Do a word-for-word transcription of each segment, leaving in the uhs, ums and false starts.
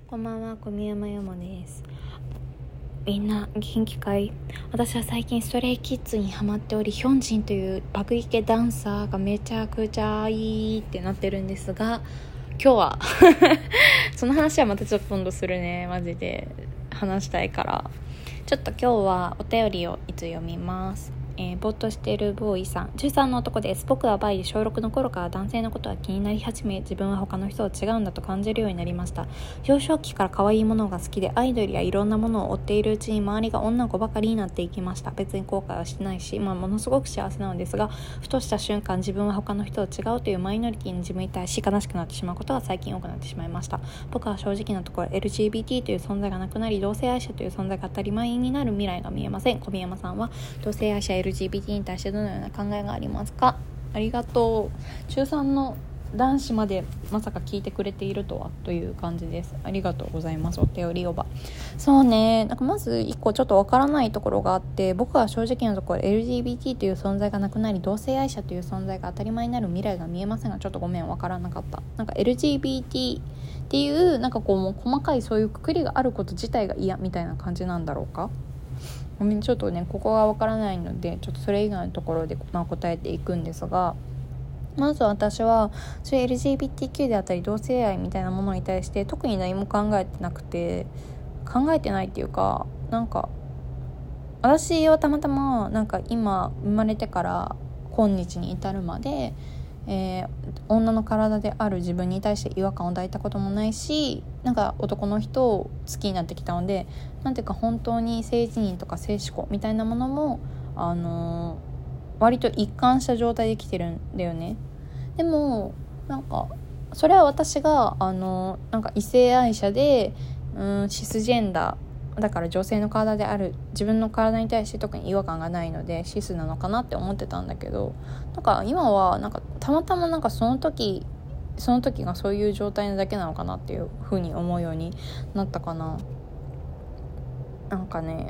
こんばんは、小宮山よもです。みんな元気かい？私は最近ストレイキッズにハマっており、ヒョンジンという爆イケダンサーがめちゃくちゃいいってなってるんですが、今日はその話はまたちょっと今度するね。マジで話したいから、ちょっと今日はお便りをいつ読みます。えー、ぼーっとしているボーイさん、じゅうさんの男です。僕はバイで小ろくの頃から男性のことは気になり始め、自分は他の人と違うんだと感じるようになりました。幼少期から可愛いものが好きで、アイドルやいろんなものを追っているうちに周りが女の子ばかりになっていきました。別に後悔はしてないし、まあ、ものすごく幸せなのですが、ふとした瞬間自分は他の人と違うというマイノリティの自分に対し悲しくなってしまうことが最近多くなってしまいました。僕は正直なところ エルジービーティー という存在がなくなり、同性愛者という存在が当たり前になる未来が見えません。小宮山さんは同性愛者 エルジービーティー に対してどのような考えがありますか？ありがとう。中さんの男子までまさか聞いてくれているとはという感じです。ありがとうございます。お便りおば。そうね、なんかまず一個ちょっとわからないところがあって、僕は正直なところ エルジービーティー という存在がなくなり、同性愛者という存在が当たり前になる未来が見えませんが、ちょっとごめん、わからなかった。なんか エルジービーティー っていうなんかこうもう細かいそういうくくりがあること自体が嫌みたいな感じなんだろうか。ごめん、ちょっとねここがわからないので、ちょっとそれ以外のところで、まあ、答えていくんですが、まず私はそういう エルジービーティーキュー であったり同性愛みたいなものに対して特に何も考えてなくて、考えてないっていうか、なんか私はたまたまなんか今生まれてから今日に至るまで、えー、女の体である自分に対して違和感を抱いたこともないし、なんか男の人を好きになってきたので、なんていうか本当に性自認とか性思考みたいなものも、あのー、割と一貫した状態で来てるんだよね。でもなんかそれは私があのなんか異性愛者で、うん、シスジェンダーだから女性の体である自分の体に対して特に違和感がないのでシスなのかなって思ってたんだけど、なんか今はなんかたまたまなんかその時その時がそういう状態なだけなのかなっていう風に思うようになったかな。なんかね、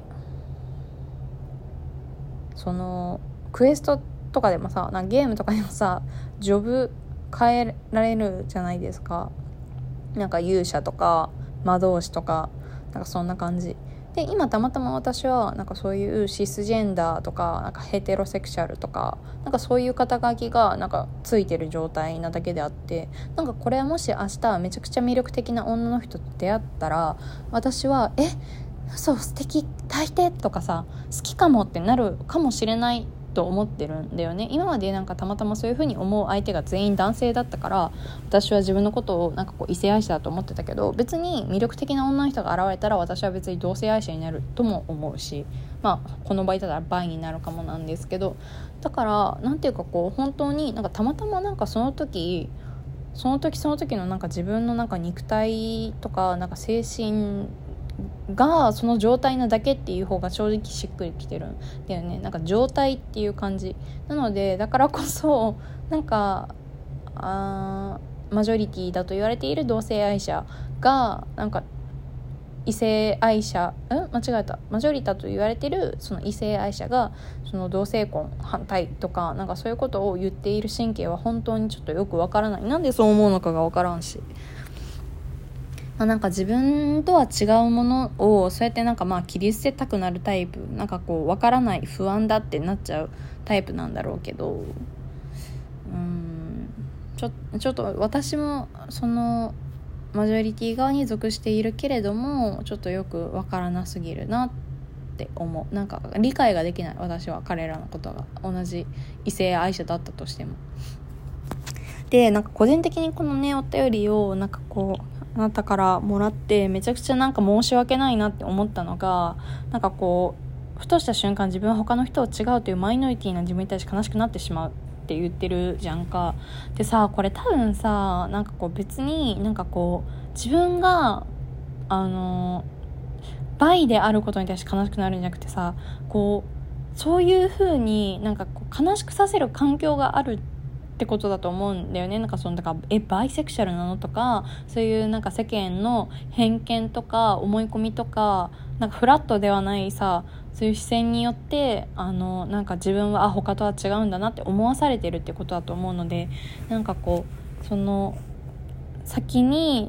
そのクエストとかでもさ、なんかゲームとかでもさ、ジョブ変えられるじゃないですか。なんか勇者とか魔導士とか、なんかそんな感じで、今たまたま私はなんかそういうシスジェンダーとか、なんかヘテロセクシャルとか、なんかそういう肩書きがなんかついてる状態なだけであって、なんかこれはもし明日めちゃくちゃ魅力的な女の人と出会ったら、私はえそう素敵大抵とかさ、好きかもってなるかもしれないと思ってるんだよね。今までなんかたまたまそういう風に思う相手が全員男性だったから、私は自分のことをなんかこう異性愛者だと思ってたけど、別に魅力的な女の人が現れたら私は別に同性愛者になるとも思うし、まあこの場合だったらバイになるかもなんですけど、だからなんていうかこう本当になんかたまたまなんかその時その時その時のなんか自分のなんか肉体とかなんか精神がその状態なだけっていう方が正直しっくりきてるんだよね。なんか状態っていう感じなので、だからこそなんかあマジョリティだと言われている同性愛者がなんか異性愛者ん間違えたマジョリタと言われているその異性愛者がその同性婚反対とか、なんかそういうことを言っている神経は本当にちょっとよくわからない。なんでそう思うのかがわからんし、まあ、なんか自分とは違うものをそうやってなんかまあ切り捨てたくなるタイプ、なんかこう分からない不安だってなっちゃうタイプなんだろうけど、うーんちょ、ちょっと私もそのマジョリティ側に属しているけれども、ちょっとよく分からなすぎるなって思う。なんか理解ができない、私は彼らのことが同じ異性愛者だったとしても。でなんか個人的にこのねお便りをなんかこうあなたからもらってめちゃくちゃなんか申し訳ないなって思ったのが、なんかこうふとした瞬間自分は他の人と違うというマイノリティな自分に対して悲しくなってしまうって言ってるじゃんか。でさ、これ多分さ、なんかこう別になんかこう自分があのバイであることに対して悲しくなるんじゃなくてさ、こうそういう風になんかこう悲しくさせる環境があるってことだと思うんだよね。なんかそのだからえバイセクシャルなのとか、そういうなんか世間の偏見とか思い込みとか、なんかフラットではないさ、そういう視線によってあのなんか自分はあ他とは違うんだなって思わされてるってことだと思うので、なんかこうその先に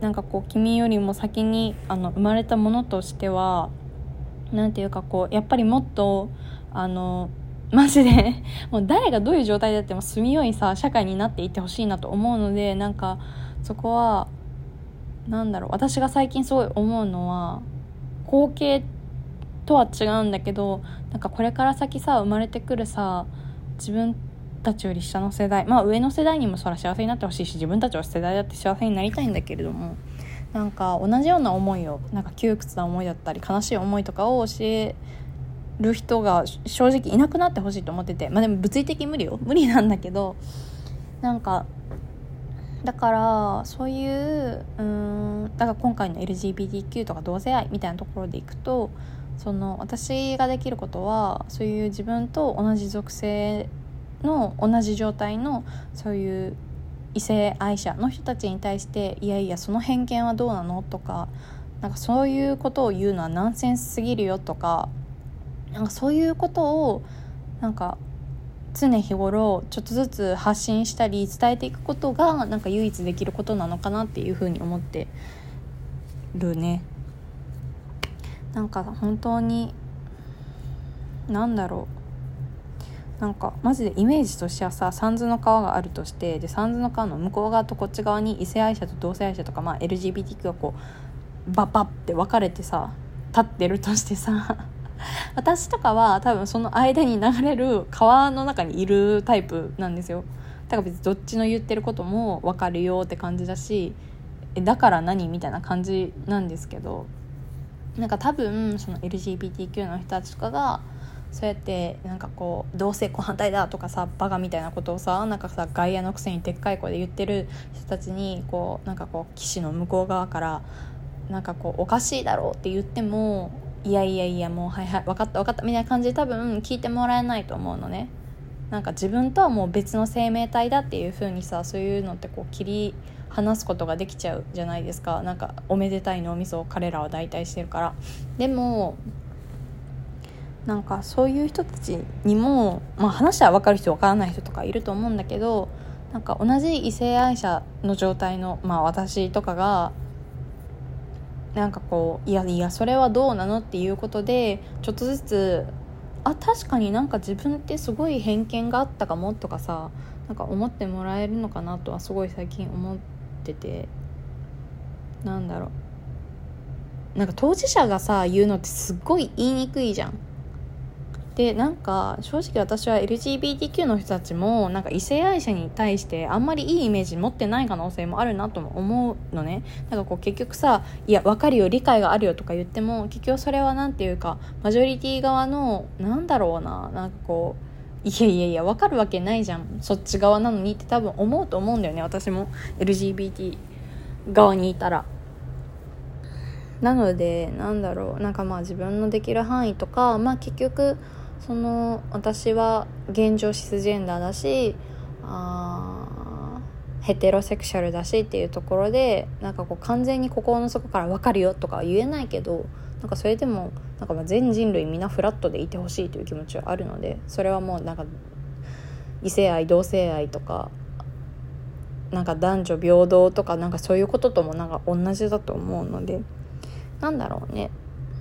なんかこう君よりも先にあの生まれたものとしてはなんていうかこうやっぱりもっとあのマジでもう誰がどういう状態であっても住みよいさ社会になっていってほしいなと思うので、なんかそこはなんだろう、私が最近すごい思うのは後継とは違うんだけど、なんかこれから先さ生まれてくるさ自分たちより下の世代、まあ上の世代にもそら幸せになってほしいし、自分たちの世代だって幸せになりたいんだけれども、なんか同じような思いをなんか窮屈な思いだったり悲しい思いとかを教える人が正直いなくなってほしいと思ってて、まあでも物理的に無理よ無理なんだけど、なんかだからそういううーんだから今回の エルジービーティーキュー とか同性愛みたいなところでいくと、その私ができることはそういう自分と同じ属性の同じ状態のそういう異性愛者の人たちに対して、いやいやその偏見はどうなのとか、なんかそういうことを言うのはナンセンスすぎるよとか、なんかそういうことをなんか常日頃ちょっとずつ発信したり伝えていくことがなんか唯一できることなのかなっていうふうに思ってるね。なんか本当になんだろう、なんかマジでイメージとしてはさ、三途の川があるとして、で三途の川の向こう側とこっち側に異性愛者と同性愛者とか、まあ、エルジービーティーキュー がこうバッバッって分かれてさ立ってるとしてさ私とかは多分その間に流れる川の中にいるタイプなんですよ。だから別にどっちの言ってることも分かるよって感じだし、だから何みたいな感じなんですけど、なんか多分その エルジービーティーキュー の人たちとかがそうやってなんかこう同性婚反対だとかさバカみたいなことをさなんかさ外野のくせにでっかい声で言ってる人たちにこうなんかこう岸の向こう側からなんかこうおかしいだろうって言っても、いやいやいやもうはいはい分かった分かったみたいな感じで多分聞いてもらえないと思うのね。なんか自分とはもう別の生命体だっていう風にさ、そういうのってこう切り離すことができちゃうじゃないですか。なんかおめでたい脳みそを彼らは代替してるから。でもなんかそういう人たちにも、まあ、話は分かる人分からない人とかいると思うんだけど、なんか同じ異性愛者の状態の、まあ、私とかがなんかこういやいやそれはどうなのっていうことでちょっとずつあ確かになんか自分ってすごい偏見があったかもとかさ、なんか思ってもらえるのかなとはすごい最近思ってて、なんだろう、なんか当事者がさ言うのってすっごい言いにくいじゃん。でなんか正直私は エルジービーティーキュー の人たちもなんか異性愛者に対してあんまりいいイメージ持ってない可能性もあるなとも思うのね。なんかこう結局さいや分かるよ理解があるよとか言っても結局それはなんていうかマジョリティ側のなんだろうななんかこういやいやいや分かるわけないじゃんそっち側なのにって多分思うと思うんだよね。私も エルジービーティー 側にいたら。なのでなんだろうなんかまあ自分のできる範囲とかまあ結局その私は現状シスジェンダーだしあーヘテロセクシャルだしっていうところでなんかこう完全に心の底から分かるよとかは言えないけど、なんかそれでもなんかまあ全人類みんなフラットでいてほしいという気持ちはあるので、それはもうなんか異性愛同性愛とかなんか男女平等とかなんかそういうことともなんか同じだと思うので、なんだろうね。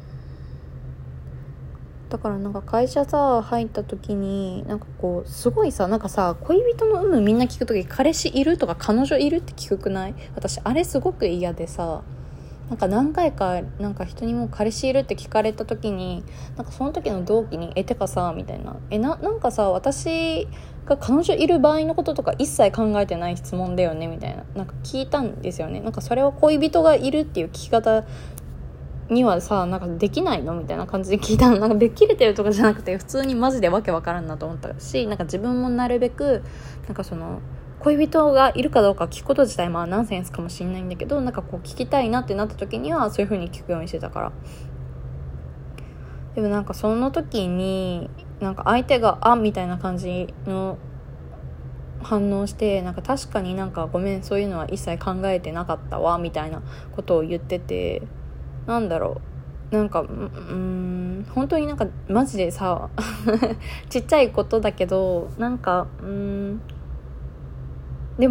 だからなんか会社さ入った時になんかこうすごいさなんかさ恋人の有無みんな聞く時彼氏いるとか彼女いるって聞くない？私あれすごく嫌でさ、なんか何回かなんか人にも彼氏いるって聞かれた時になんかその時の同期にえてかさみたいなえななんかさ私が彼女いる場合のこととか一切考えてない質問だよねみたいななんか聞いたんですよね。なんかそれは恋人がいるっていう聞き方にはさなんかできないのみたいな感じで聞いたの。なんかべっきれてるとかじゃなくて普通にマジでわけわからんなと思ったし、なんか自分もなるべくなんかその恋人がいるかどうか聞くこと自体まあナンセンスかもしれないんだけど、なんかこう聞きたいなってなった時にはそういう風に聞くようにしてたから。でもなんかその時になんか相手があみたいな感じの反応してなんか確かになんかごめんそういうのは一切考えてなかったわみたいなことを言ってて、なんだろうなんかうーん本当になんかマジでさちっちゃいことだけどなんかうーんでも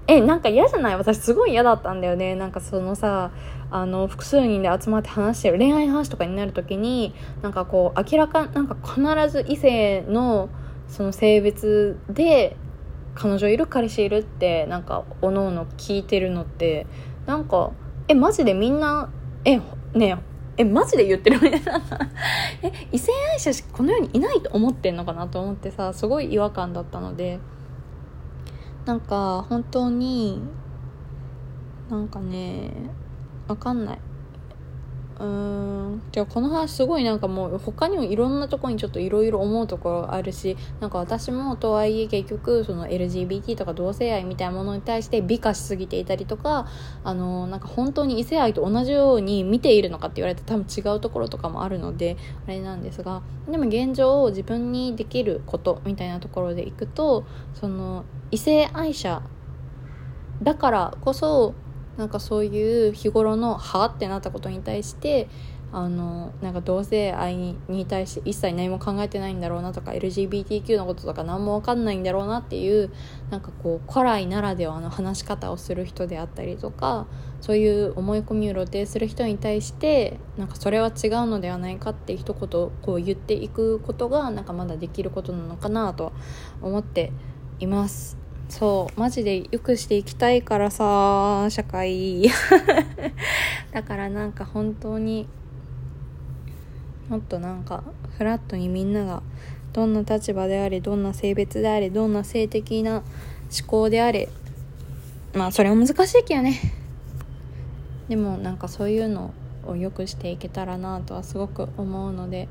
えなんか嫌じゃない？私すごい嫌だったんだよね。なんかそのさ、あの複数人で集まって話してる恋愛話とかになるときに、なんかこう明らかなんか必ず異性のその性別で彼女いる彼氏いるってなんかおのおの聞いてるのって、なんかえマジでみんなえねええマジで言ってるみたいなえ異性愛者しかこの世にいないと思ってんのかなと思ってさ、すごい違和感だったので、なんか本当になんかねわかんない。うーんじゃあこの話すごいなんかもう他にもいろんなところにちょっといろいろ思うところあるし、なんか私もとはいえ結局その エルジービーティー とか同性愛みたいなものに対して美化しすぎていたりとか、あのなんか本当に異性愛と同じように見ているのかって言われて多分違うところとかもあるのであれなんですが、でも現状自分にできることみたいなところでいくと、その異性愛者だからこそなんかそういう日頃のはってなったことに対してあのなんか同性愛に対して一切何も考えてないんだろうなとか エルジービーティーキュー のこととか何も分かんないんだろうなっていう、なんかこう古来ならではの話し方をする人であったりとか、そういう思い込みを露呈する人に対してなんかそれは違うのではないかって一言こう言っていくことがなんかまだできることなのかなと思っています。そうマジで良くしていきたいからさ社会だからなんか本当にもっとなんかフラットにみんながどんな立場であれ、どんな性別であれ、どんな性的な思考であれ、まあそれは難しいけどね、でもなんかそういうのを良くしていけたらなとはすごく思うので、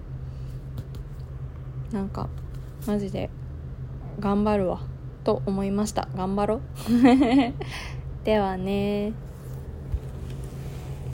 なんかマジで頑張るわと思いました。頑張ろうではね。